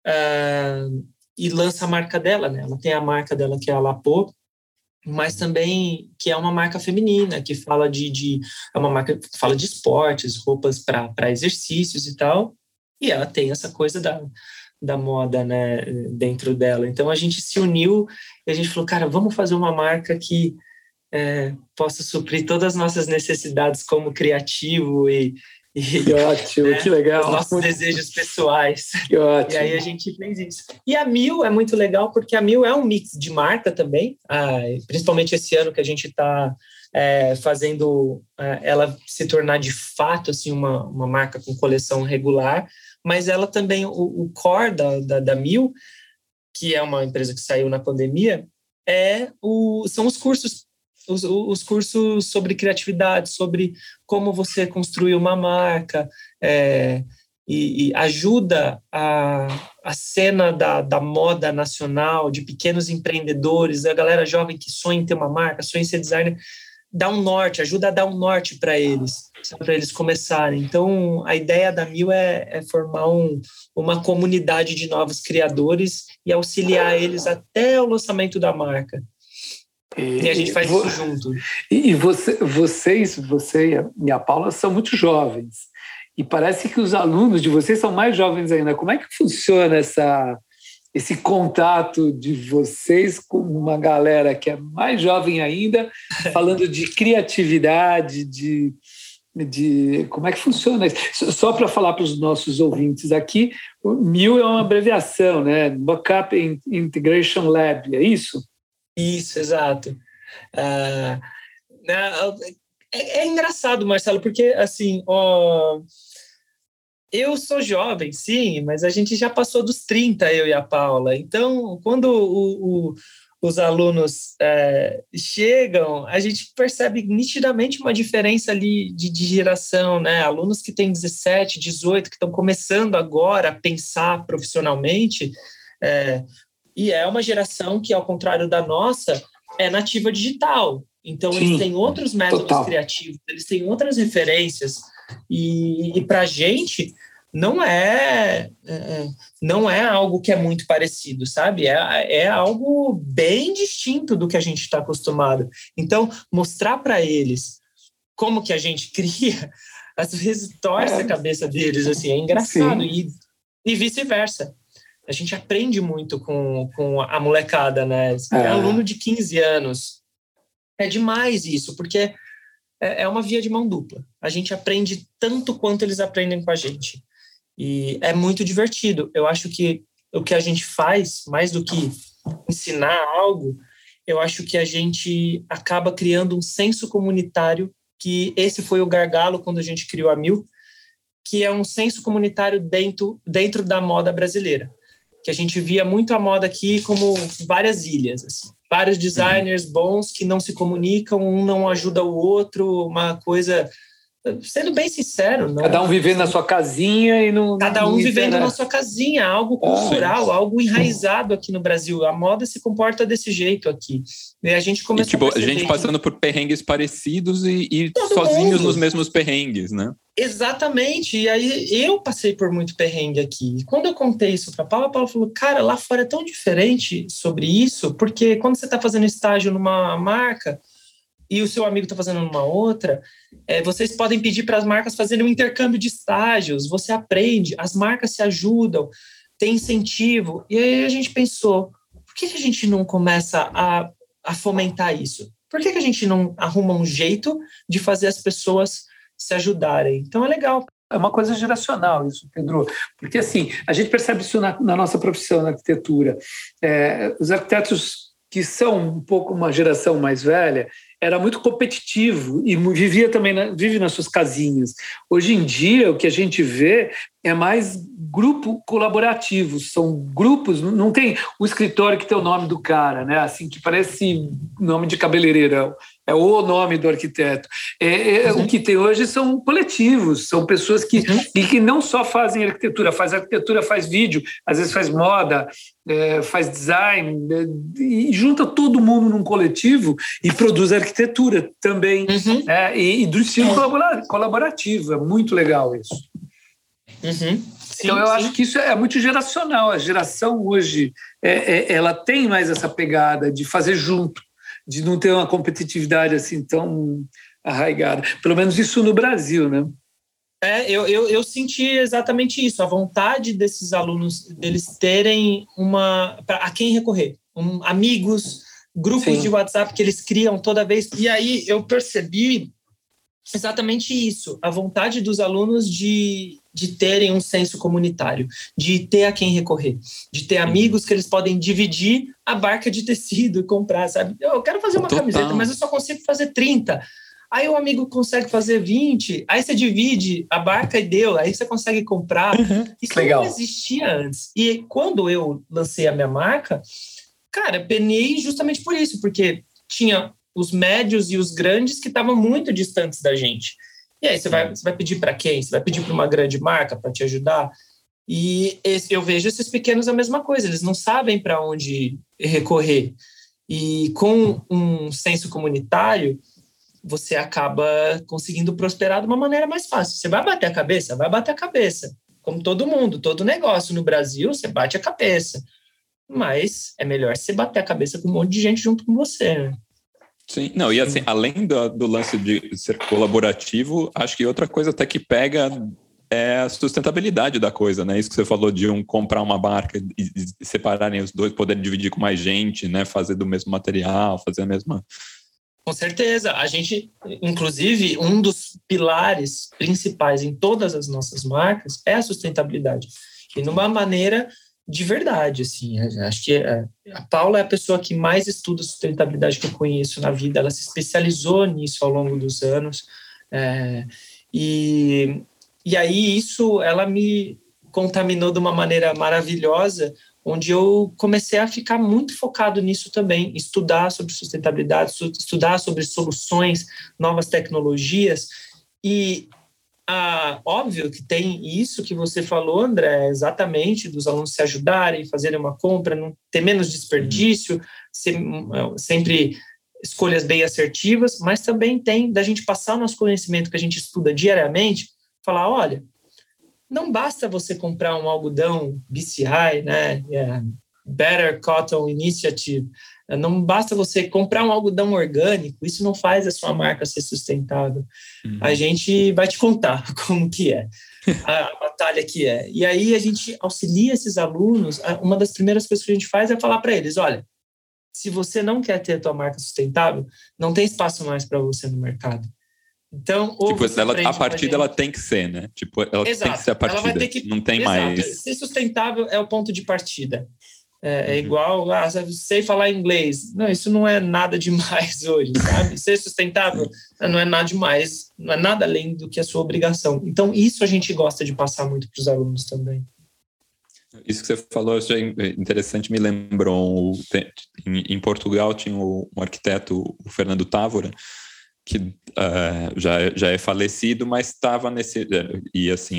e lança a marca dela, né? Ela tem a marca dela, que é a Lapô, mas também que é uma marca feminina, que fala é uma marca que fala de esportes, roupas para exercícios e tal, e ela tem essa coisa da moda, né, dentro dela. Então a gente se uniu e a gente falou, cara, vamos fazer uma marca que possa suprir todas as nossas necessidades como criativo que ótimo, que legal. Os nossos desejos pessoais. Que ótimo. E aí a gente fez isso. E a Mil é muito legal, porque a Mil é um mix de marca também, principalmente esse ano que a gente está fazendo ela se tornar de fato assim, uma marca com coleção regular, mas ela também, o core da Mil, que é uma empresa que saiu na pandemia, são os cursos. Os cursos sobre criatividade, sobre como você construir uma marca, e ajuda a cena da moda nacional, de pequenos empreendedores, a galera jovem que sonha em ter uma marca, sonha em ser designer, ajuda a dar um norte para eles começarem. Então, a ideia da Mil é formar uma comunidade de novos criadores e auxiliar eles até o lançamento da marca. E a gente faz isso junto. E você e a Paula são muito jovens. E parece que os alunos de vocês são mais jovens ainda. Como é que funciona esse contato de vocês com uma galera que é mais jovem ainda, falando de criatividade, de como é que funciona isso? Só para falar para os nossos ouvintes aqui, o MIL é uma abreviação, né? Mockup Integration Lab, é isso? Isso, exato. É engraçado, Marcelo, porque assim, eu sou jovem, sim, mas a gente já passou dos 30, eu e a Paula. Então, quando os alunos chegam, a gente percebe nitidamente uma diferença ali de geração, né? Alunos que têm 17, 18, que estão começando agora a pensar profissionalmente, e é uma geração que, ao contrário da nossa, é nativa digital. Então, eles têm outros métodos criativos, eles têm outras referências. E para a gente, não é algo que é muito parecido, sabe? É algo bem distinto do que a gente está acostumado. Então, mostrar para eles como que a gente cria, às vezes torce a cabeça deles, assim, é engraçado. E vice-versa. A gente aprende muito com a molecada, né? É aluno de 15 anos. É demais isso, porque é uma via de mão dupla. A gente aprende tanto quanto eles aprendem com a gente. E é muito divertido. Eu acho que o que a gente faz, mais do que ensinar algo, eu acho que a gente acaba criando um senso comunitário, que esse foi o gargalo quando a gente criou a Mil, que é um senso comunitário dentro da moda brasileira. Que a gente via muito a moda aqui como várias ilhas, assim. Vários designers bons que não se comunicam, um não ajuda o outro, uma coisa... Sendo bem sincero... Não, cada um vivendo na sua casinha e não... Cada um vivendo na sua casinha, algo cultural, algo enraizado aqui no Brasil. A moda se comporta desse jeito aqui. E a gente começou a gente passando por perrengues parecidos e sozinhos nos mesmos perrengues, né? Exatamente. E aí eu passei por muito perrengue aqui. E quando eu contei isso para a Paula falou, cara, lá fora é tão diferente sobre isso, porque quando você está fazendo estágio numa marca e o seu amigo está fazendo numa outra, vocês podem pedir para as marcas fazerem um intercâmbio de estágios, você aprende, as marcas se ajudam, tem incentivo. E aí a gente pensou, por que a gente não começa a fomentar isso? Por que a gente não arruma um jeito de fazer as pessoas se ajudarem? Então é legal. É uma coisa geracional isso, Pedro, porque assim, a gente percebe isso na nossa profissão, na arquitetura. Os arquitetos que são um pouco uma geração mais velha, era muito competitivo e vive nas suas casinhas. Hoje em dia, o que a gente vê é mais grupo colaborativo, são grupos, não tem o escritório que tem o nome do cara, né? Assim, que parece nome de cabeleireiro, é o nome do arquiteto. O que tem hoje são coletivos, são pessoas que não só fazem arquitetura, faz vídeo, às vezes faz moda, faz design, e junta todo mundo num coletivo e produz arquitetura também, e do estilo colaborativo. É muito legal isso. Sim, então eu acho que isso é muito geracional. A geração hoje ela tem mais essa pegada de fazer junto, de não ter uma competitividade assim tão arraigada. Pelo menos isso no Brasil, né? Eu senti exatamente isso, a vontade desses alunos, deles terem a quem recorrer, amigos, grupos de WhatsApp que eles criam toda vez. E aí eu percebi exatamente isso, a vontade dos alunos de terem um senso comunitário, de ter a quem recorrer, de ter amigos que eles podem dividir a barca de tecido e comprar, sabe? Eu quero fazer uma camiseta, mas eu só consigo fazer 30. Aí o amigo consegue fazer 20, aí você divide a barca e deu, aí você consegue comprar. Isso legal. Não existia antes. E quando eu lancei a minha marca, cara, penei justamente por isso, porque tinha os médios e os grandes que estavam muito distantes da gente. E aí você vai pedir para quem? Você vai pedir para uma grande marca para te ajudar? E eu vejo esses pequenos a mesma coisa, eles não sabem para onde recorrer. E com um senso comunitário, você acaba conseguindo prosperar de uma maneira mais fácil. Você vai bater a cabeça? Vai bater a cabeça. Como todo mundo, todo negócio no Brasil, você bate a cabeça. Mas é melhor você bater a cabeça com um monte de gente junto com você, né? Sim, não, e assim, além do lance de ser colaborativo, acho que outra coisa até que pega é a sustentabilidade da coisa, né? Isso que você falou de comprar uma barca e separarem os dois, poderem dividir com mais gente, né? Fazer do mesmo material, fazer a mesma... Com certeza. A gente, inclusive, um dos pilares principais em todas as nossas marcas é a sustentabilidade. E numa maneira de verdade, assim. Acho que a Paula é a pessoa que mais estuda sustentabilidade que eu conheço na vida. Ela se especializou nisso ao longo dos anos. E aí isso, ela me contaminou de uma maneira maravilhosa, onde eu comecei a ficar muito focado nisso também, estudar sobre sustentabilidade, estudar sobre soluções, novas tecnologias. E óbvio que tem isso que você falou, André, exatamente, dos alunos se ajudarem, fazerem uma compra, não ter menos desperdício, sempre escolhas bem assertivas, mas também tem da gente passar o nosso conhecimento que a gente estuda diariamente, falar, olha, não basta você comprar um algodão BCI, né? Better Cotton Initiative. Não basta você comprar um algodão orgânico. Isso não faz a sua marca ser sustentável. A gente vai te contar como que é, a batalha que é. E aí a gente auxilia esses alunos. Uma das primeiras coisas que a gente faz é falar para eles, olha, se você não quer ter a tua marca sustentável, não tem espaço mais para você no mercado. Então, tipo, a partida ela tem que ser, né? Tipo, ela tem que ser a partida. Ela vai ter que, não tem mais. Ser sustentável é o ponto de partida. É igual, sei falar inglês. Não, isso não é nada demais hoje, sabe? Ser sustentável não é nada demais, não é nada além do que a sua obrigação. Então, isso a gente gosta de passar muito para os alunos também. Isso que você falou, achei interessante, me lembrou, em Portugal tinha um arquiteto, o Fernando Távora, que já é falecido, mas estava nesse... E assim,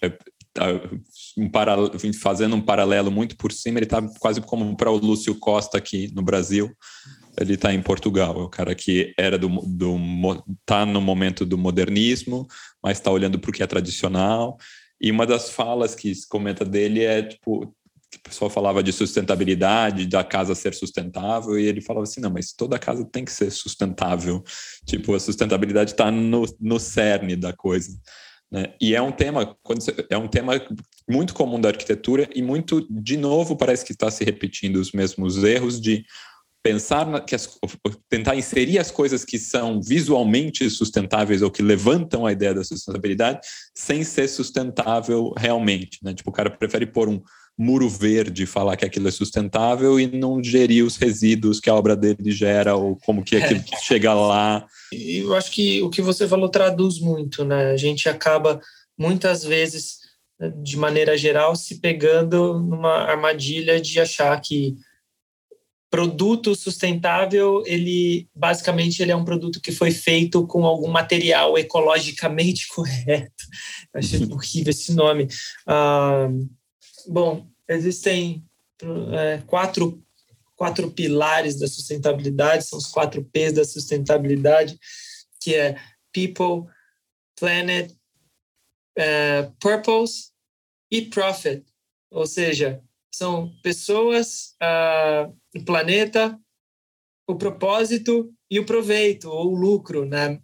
fazendo um paralelo muito por cima, ele está quase como para o Lúcio Costa aqui no Brasil, ele está em Portugal, é o cara que era tá no momento do modernismo, mas está olhando para o que é tradicional, e uma das falas que se comenta dele é, tipo, que o pessoal falava de sustentabilidade, da casa ser sustentável, e ele falava assim, não, mas toda casa tem que ser sustentável, tipo, a sustentabilidade está no cerne da coisa, né? E é um tema muito comum da arquitetura e muito, de novo, parece que está se repetindo os mesmos erros de pensar tentar inserir as coisas que são visualmente sustentáveis ou que levantam a ideia da sustentabilidade sem ser sustentável realmente, né? Tipo, o cara prefere pôr um muro verde e falar que aquilo é sustentável e não gerir os resíduos que a obra dele gera ou como que aquilo chega lá. Eu acho que o que você falou traduz muito, né? A gente acaba, muitas vezes, de maneira geral, se pegando numa armadilha de achar que produto sustentável, basicamente ele é um produto que foi feito com algum material ecologicamente correto. Eu achei horrível esse nome. Bom, existem quatro pilares da sustentabilidade, são os 4 P's da sustentabilidade, que é People, Planet, Purpose e Profit. Ou seja, são pessoas, o planeta, o propósito e o proveito, ou o lucro, né?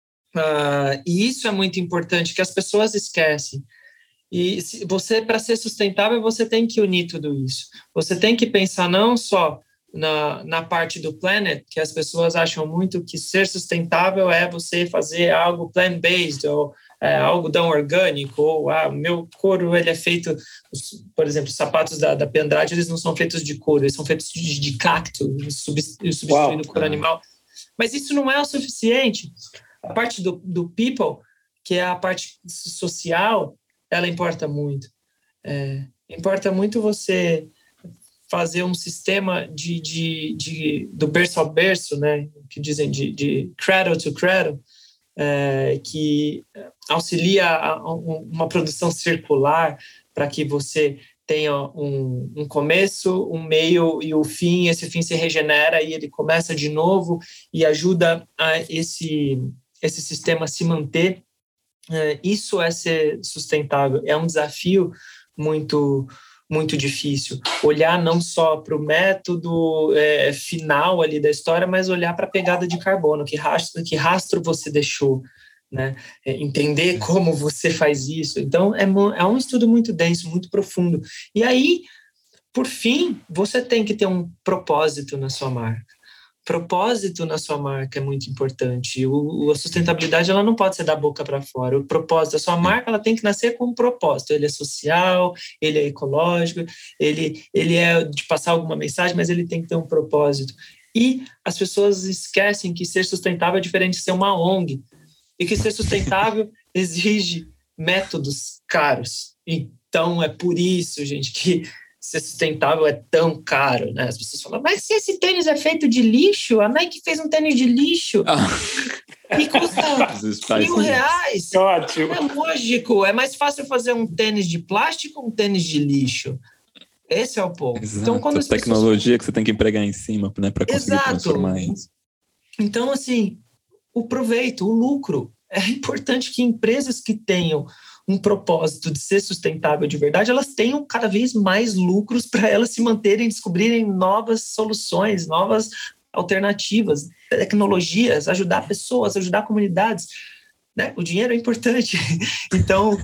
E isso é muito importante, que as pessoas esquecem. E para ser sustentável, você tem que unir tudo isso. Você tem que pensar não só na parte do planet, que as pessoas acham muito que ser sustentável é você fazer algo plant-based, ou algodão orgânico, ou meu couro ele é feito, por exemplo, os sapatos da P. Andrade, eles não são feitos de couro, eles são feitos de cacto, substituindo o couro animal. Mas isso não é o suficiente. A parte do people, que é a parte social, ela importa muito. Importa muito você fazer um sistema do berço a berço, né, que dizem de cradle to cradle, que auxilia uma produção circular para que você tenha um começo, um meio e o fim. Esse fim se regenera e ele começa de novo e ajuda a esse sistema a se manter. Isso é ser sustentável. É um desafio muito, muito difícil. Olhar não só para o método final ali da história, mas olhar para a pegada de carbono, que rastro você deixou, né? Entender como você faz isso. Então, é um estudo muito denso, muito profundo. E aí, por fim, você tem que ter um propósito na sua marca. Propósito na sua marca é muito importante. A sustentabilidade ela não pode ser da boca para fora. O propósito da sua marca ela tem que nascer com um propósito. Ele é social, ele é ecológico, ele é de passar alguma mensagem, mas ele tem que ter um propósito. E as pessoas esquecem que ser sustentável é diferente de ser uma ONG e que ser sustentável exige métodos caros. Então, é por isso, gente, que ser sustentável é tão caro, né? As pessoas falam, mas se esse tênis é feito de lixo, a Nike fez um tênis de lixo e custa R$1.000. Ótimo. É lógico, é mais fácil fazer um tênis de plástico ou um tênis de lixo. Esse é o ponto. Exato. Então, quando a tecnologia que você tem que empregar em cima, né, para conseguir transformar isso. Então, assim, o proveito, o lucro. É importante que empresas que tenham um propósito de ser sustentável de verdade, elas tenham cada vez mais lucros para elas se manterem, descobrirem novas soluções, novas alternativas, tecnologias, ajudar pessoas, ajudar comunidades. Né? O dinheiro é importante. Então,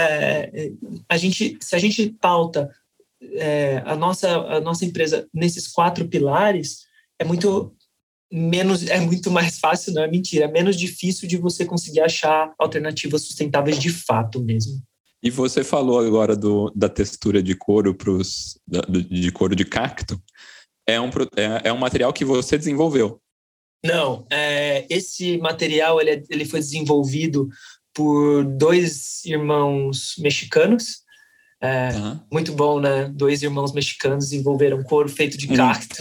se a gente pauta a nossa empresa nesses 4 pilares, é muito mais fácil, não é mentira, é menos difícil de você conseguir achar alternativas sustentáveis de fato mesmo. E você falou agora da textura de couro de couro de cacto. É um material que você desenvolveu. Não, esse material ele foi desenvolvido por 2 irmãos mexicanos. Muito bom, né? 2 irmãos mexicanos desenvolveram couro feito de cacto.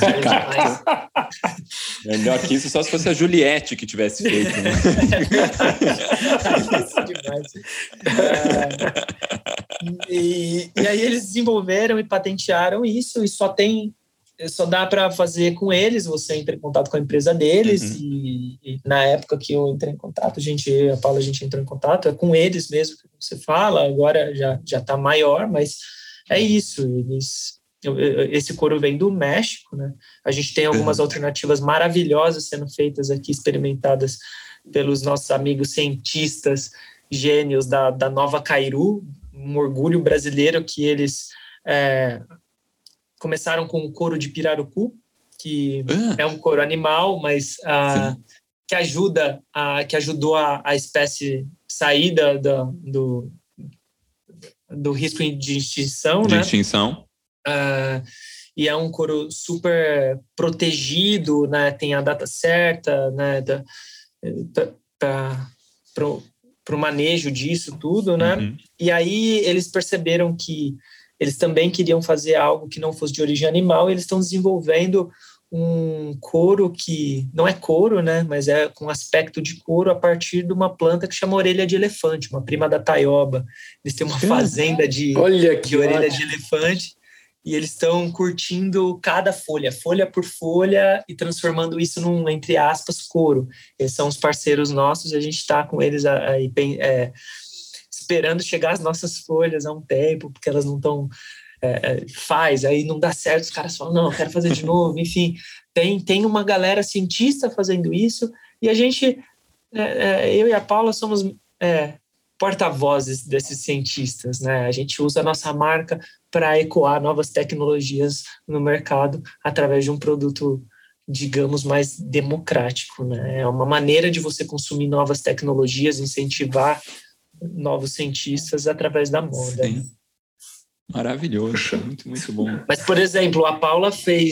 Melhor que isso, só se fosse a Juliette que tivesse feito. Né? Isso é demais. E aí eles desenvolveram e patentearam isso, e só dá para fazer com eles. Você entra em contato com a empresa deles, e na época que eu entrei em contato, a Paula entrou em contato, é com eles mesmo que você fala. Agora já está maior, mas é isso. Esse couro vem do México, né? A gente tem algumas alternativas maravilhosas sendo feitas aqui, experimentadas pelos nossos amigos cientistas gênios da Nova Cairu, um orgulho brasileiro, que eles começaram com o couro de pirarucu, que é um couro animal, mas que ajudou a espécie sair do risco de extinção. De extinção. E é um couro super protegido, né? Tem a data certa, né? Para o manejo disso tudo, né? E aí eles perceberam que eles também queriam fazer algo que não fosse de origem animal, e eles estão desenvolvendo um couro que não é couro, né? Mas é com aspecto de couro a partir de uma planta que chama orelha de elefante, uma prima da taioba. Eles têm uma fazenda de orelha de elefante, e eles estão curtindo cada folha por folha, e transformando isso num, entre aspas, couro. Eles são os parceiros nossos, e a gente está com eles aí, esperando chegar as nossas folhas há um tempo, porque elas não estão... aí não dá certo, os caras falam, não, eu quero fazer de novo. Enfim, tem uma galera cientista fazendo isso, e a gente, eu e a Paula, somos porta-vozes desses cientistas, né? A gente usa a nossa marca para ecoar novas tecnologias no mercado através de um produto, digamos, mais democrático, né? É uma maneira de você consumir novas tecnologias, incentivar novos cientistas através da moda. Sim. Maravilhoso, muito, muito bom. Mas, por exemplo, a Paula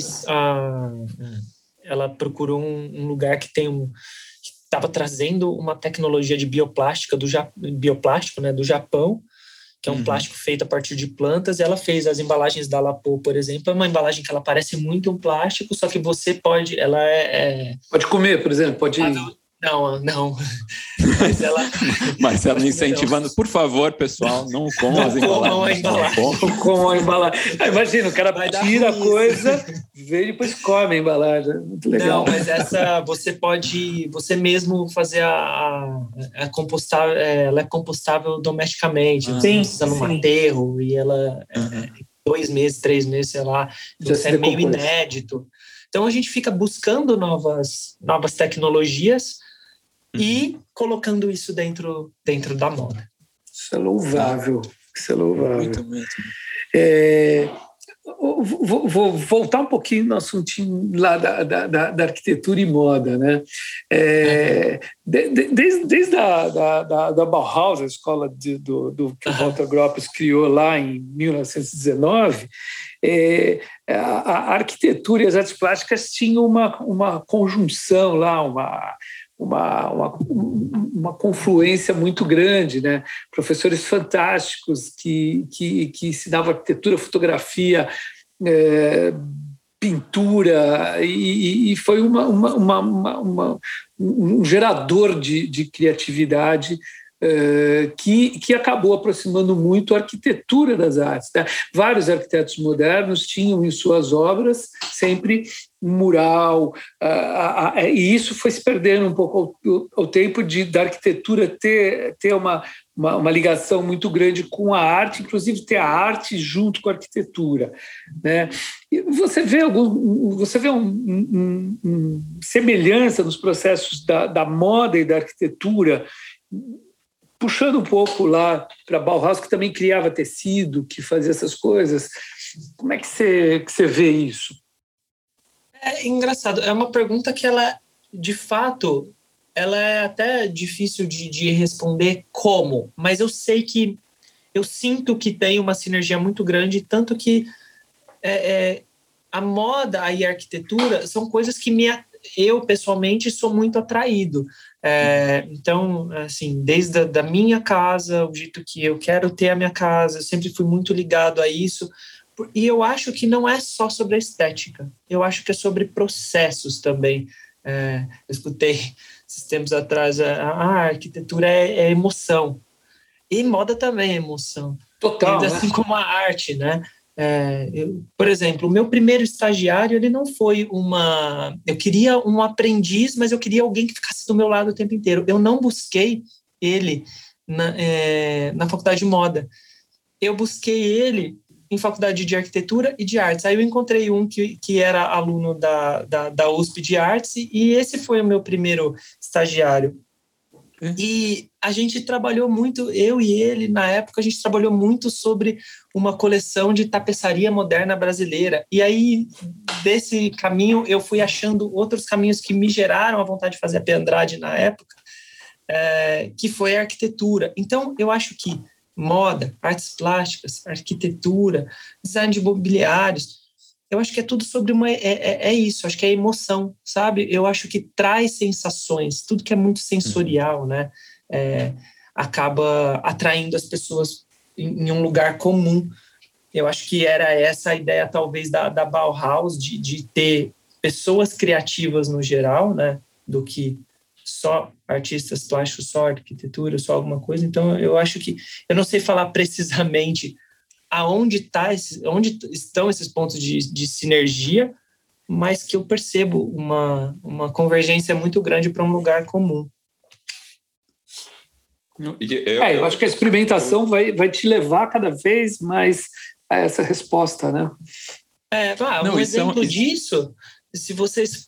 ela procurou um lugar que estava trazendo uma tecnologia de bioplástico, né, do Japão, que é um plástico feito a partir de plantas. Ela fez as embalagens da Lapô, por exemplo. É uma embalagem que ela parece muito um plástico, só que você pode... Ela Pode comer, por exemplo, pode... Não. Mas ela incentivando, por favor, pessoal, não comam as embalagens. Não comam a embalagem. Imagina, o cara tira a coisa, vê e depois come a embalagem. Muito legal. Não, mas você pode, você mesmo fazer a compostar, ela é compostável domesticamente. Você precisa num aterro, e ela 2 meses, 3 meses, sei lá. Então, é meio inédito. Então a gente fica buscando novas tecnologias e colocando isso dentro da moda. Isso é louvável. Muito mesmo. Vou voltar um pouquinho no assuntinho lá da arquitetura e moda, né? Desde a Bauhaus, a escola do que o Walter Gropius criou lá em 1919, a arquitetura e as artes plásticas tinham uma conjunção lá, uma confluência muito grande, né? Professores fantásticos que ensinavam arquitetura, fotografia, pintura, e foi um gerador de criatividade que acabou aproximando muito a arquitetura das artes, né? Vários arquitetos modernos tinham em suas obras sempre um mural, e isso foi se perdendo um pouco ao tempo da arquitetura ter uma ligação muito grande com a arte, inclusive ter a arte junto com a arquitetura, né? E você vê semelhança nos processos da moda e da arquitetura, puxando um pouco lá para Bauhaus, que também criava tecido, que fazia essas coisas. Como é que você vê isso? É engraçado, é uma pergunta que ela, de fato, ela é até difícil de responder como, mas eu sei que eu sinto que tem uma sinergia muito grande, tanto que a moda e a arquitetura são coisas que eu, pessoalmente, sou muito atraído. Então, assim, desde a da minha casa, o jeito que eu quero ter a minha casa, eu sempre fui muito ligado a isso. E eu acho que não é só sobre a estética, eu acho que é sobre processos também. Eu escutei esses tempos atrás, a arquitetura é emoção, e moda também é emoção. Total, e, assim como a arte, né? Por exemplo, o meu primeiro estagiário, ele não foi eu queria um aprendiz, mas eu queria alguém que ficasse do meu lado o tempo inteiro. Eu não busquei ele na faculdade de moda. Eu busquei ele em faculdade de arquitetura e de artes. Aí eu encontrei um que era aluno da USP de artes, e esse foi o meu primeiro estagiário. E a gente trabalhou muito, eu e ele, na época, a gente trabalhou muito sobre uma coleção de tapeçaria moderna brasileira. E aí, desse caminho, eu fui achando outros caminhos que me geraram a vontade de fazer a P. Andrade na época, que foi a arquitetura. Então, eu acho que moda, artes plásticas, arquitetura, design de mobiliários, eu acho que é tudo sobre isso, acho que é emoção, sabe? Eu acho que traz sensações, tudo que é muito sensorial, né? Acaba atraindo as pessoas em um lugar comum. Eu acho que era essa a ideia, talvez, da Bauhaus, de ter pessoas criativas no geral, né? Do que só artistas plásticos, só arquitetura, só alguma coisa. Então, eu acho que... Eu não sei falar precisamente onde estão esses pontos de sinergia, mas que eu percebo uma convergência muito grande para um lugar comum. Eu acho que a experimentação vai te levar cada vez mais a essa resposta, né? Um exemplo disso, se vocês...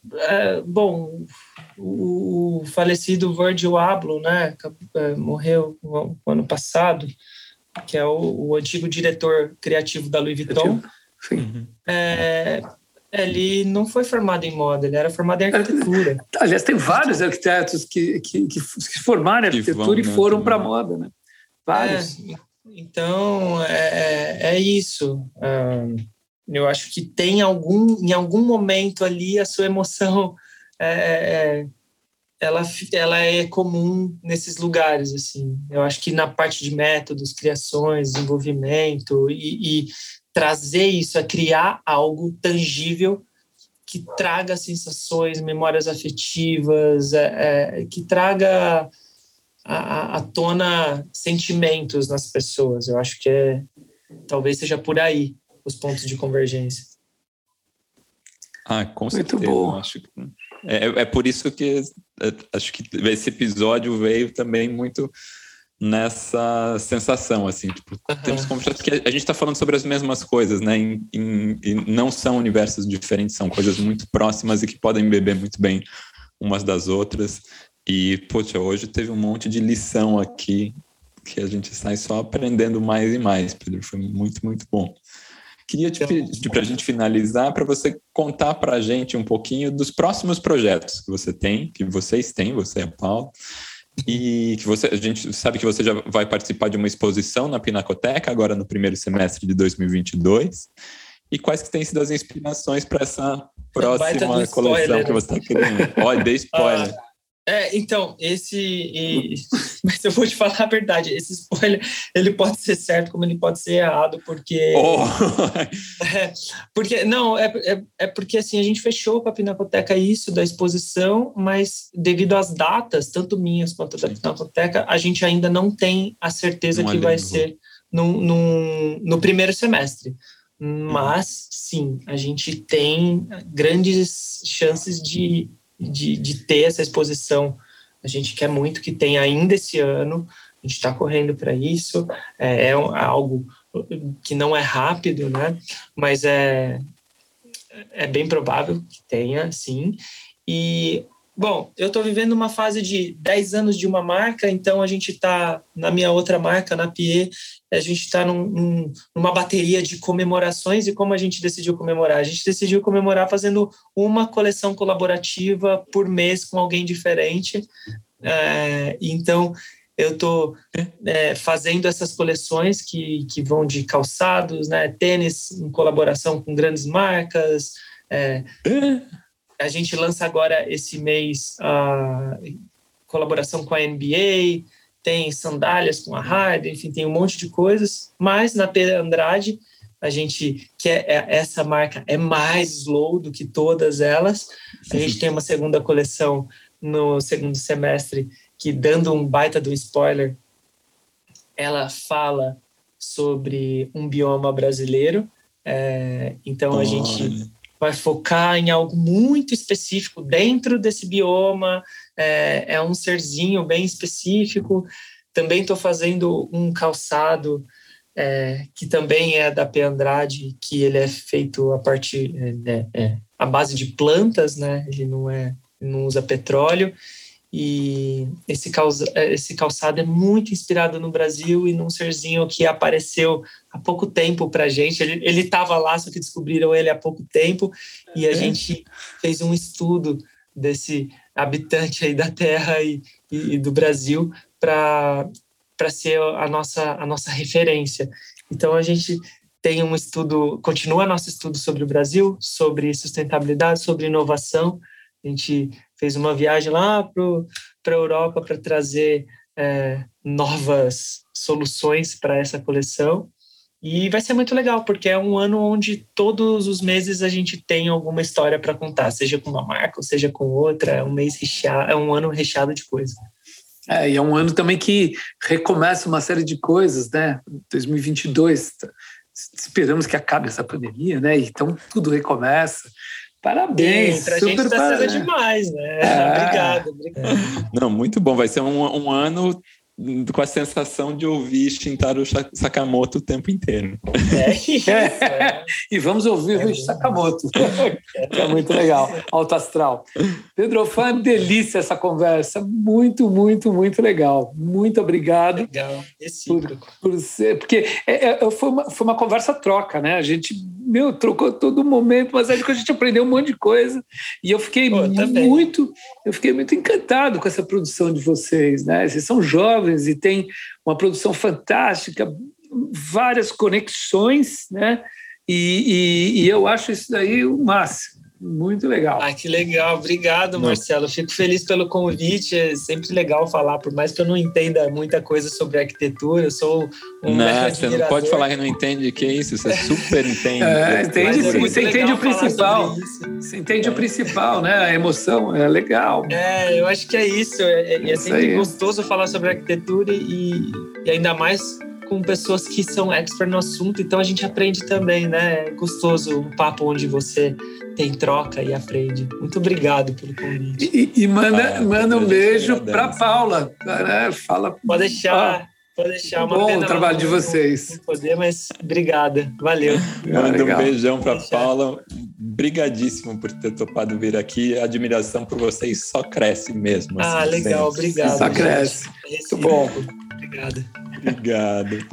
o falecido Virgil Abloh, né, morreu no ano passado, que é o antigo diretor criativo da Louis Vuitton. Sim. Ele não foi formado em moda, ele era formado em arquitetura. Aliás, tem vários arquitetos que formaram em arquitetura e foram para a moda, né? Vários. Então, é isso. Eu acho que tem em algum momento ali a sua emoção ela é comum nesses lugares, assim. Eu acho que na parte de métodos, criações, desenvolvimento e trazer isso, criar algo tangível que traga sensações, memórias afetivas, que traga à tona sentimentos nas pessoas. Eu acho que talvez seja por aí os pontos de convergência. Com certeza. Muito bom. Acho que é por isso que acho que esse episódio veio também muito nessa sensação, assim, tipo, temos conversado que a gente está falando sobre as mesmas coisas, né, e não são universos diferentes, são coisas muito próximas e que podem beber muito bem umas das outras. E, poxa, hoje teve um monte de lição aqui que a gente sai só aprendendo mais e mais, Pedro, foi muito, muito bom. Queria te pedir, para a gente finalizar, para você contar para a gente um pouquinho dos próximos projetos que você tem, que vocês têm, você e a Paula, e que a gente sabe que você já vai participar de uma exposição na Pinacoteca, agora no primeiro semestre de 2022, e quais que têm sido as inspirações para essa próxima coleção que você está criando? Olha, dei spoiler. Então, mas eu vou te falar a verdade, esse spoiler, ele pode ser certo como ele pode ser errado, porque... porque assim, a gente fechou com a Pinacoteca isso da exposição, mas devido às datas, tanto minhas quanto da Pinacoteca, a gente ainda não tem a certeza que vai ser no primeiro semestre. Mas, sim, a gente tem grandes chances de ter essa exposição. A gente quer muito que tenha ainda esse ano, a gente está correndo para isso, é algo que não é rápido, né? Mas é bem provável que tenha, sim. E Bom, eu estou vivendo uma fase de 10 anos de uma marca, então a gente está na minha outra marca, na Pied, a gente está numa bateria de comemorações. E como a gente decidiu comemorar? A gente decidiu comemorar fazendo uma coleção colaborativa por mês com alguém diferente. Então, eu estou fazendo essas coleções que vão de calçados, né, tênis em colaboração com grandes marcas. A gente lança agora esse mês a colaboração com a NBA, tem sandálias com a Harden, enfim, tem um monte de coisas. Mas na Pedro Andrade, a gente quer essa marca é mais slow do que todas elas. A gente tem uma segunda coleção no segundo semestre que, dando um baita do spoiler, ela fala sobre um bioma brasileiro. Então a gente vai focar em algo muito específico dentro desse bioma, é um serzinho bem específico. Também estou fazendo um calçado que também é da P. Andrade, que ele é feito a partir à base de plantas, né? Ele não usa petróleo. E esse calçado é muito inspirado no Brasil e num serzinho que apareceu há pouco tempo para a gente. Ele estava lá, só que descobriram ele há pouco tempo, e a gente fez um estudo desse habitante aí da Terra e do Brasil para ser a nossa referência. Então a gente tem um estudo, continua nosso estudo sobre o Brasil, sobre sustentabilidade, sobre inovação. A gente fez uma viagem lá para a Europa para trazer novas soluções para essa coleção. E vai ser muito legal, porque é um ano onde todos os meses a gente tem alguma história para contar, seja com uma marca ou seja com outra. É um mês recheado, é um ano recheado de coisas. E é um ano também que recomeça uma série de coisas, né? 2022, esperamos que acabe essa pandemia, né? Então tudo recomeça. Parabéns, pra gente está sendo demais, né? Obrigado. Não, muito bom, vai ser um ano com a sensação de ouvir Shintaro Sakamoto o tempo inteiro. E vamos ouvir o Sakamoto, é muito legal, alto astral. Pedro, foi uma delícia essa conversa, muito, muito, muito legal. Muito obrigado. Legal, por ser, porque foi uma conversa troca, né? A gente trocou todo momento, mas acho que a gente aprendeu um monte de coisa, e eu fiquei muito encantado com essa produção de vocês, né? Vocês são jovens e têm uma produção fantástica, várias conexões, né? E eu acho isso daí o máximo. Muito legal. Que legal. Obrigado, Marcelo. Fico feliz pelo convite. É sempre legal falar, por mais que eu não entenda muita coisa sobre arquitetura. Eu sou você não pode falar que não entende que é isso. Você super entende. Você entende o principal. Você entende o principal, né? A emoção é legal. Eu acho que é isso. É sempre gostoso falar sobre arquitetura e ainda mais com pessoas que são expert no assunto, então a gente aprende também, né? É gostoso um papo onde você tem troca e aprende. Muito obrigado pelo convite. E manda um beijo para Paula. Fala. Pode deixar. Bom o trabalho de vocês. Não poder, mas obrigada. Valeu. Manda um beijão para Paula. Brigadíssimo por ter topado vir aqui. A admiração por vocês só cresce mesmo. Legal. Sempre. Obrigado. Só cresce. Muito bom. Obrigado.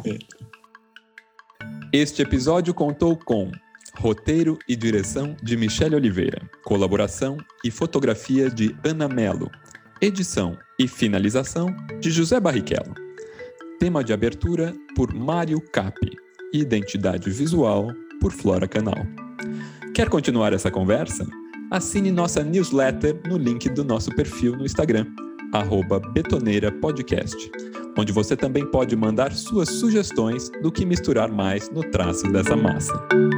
Este episódio contou com roteiro e direção de Michele Oliveira, colaboração e fotografia de Ana Mello, edição e finalização de José Barrichello, tema de abertura por Mário Capi, identidade visual por Flora Canal. Quer continuar essa conversa? Assine nossa newsletter no link do nosso perfil no Instagram, @betoneirapodcast, onde você também pode mandar suas sugestões do que misturar mais no traço dessa massa.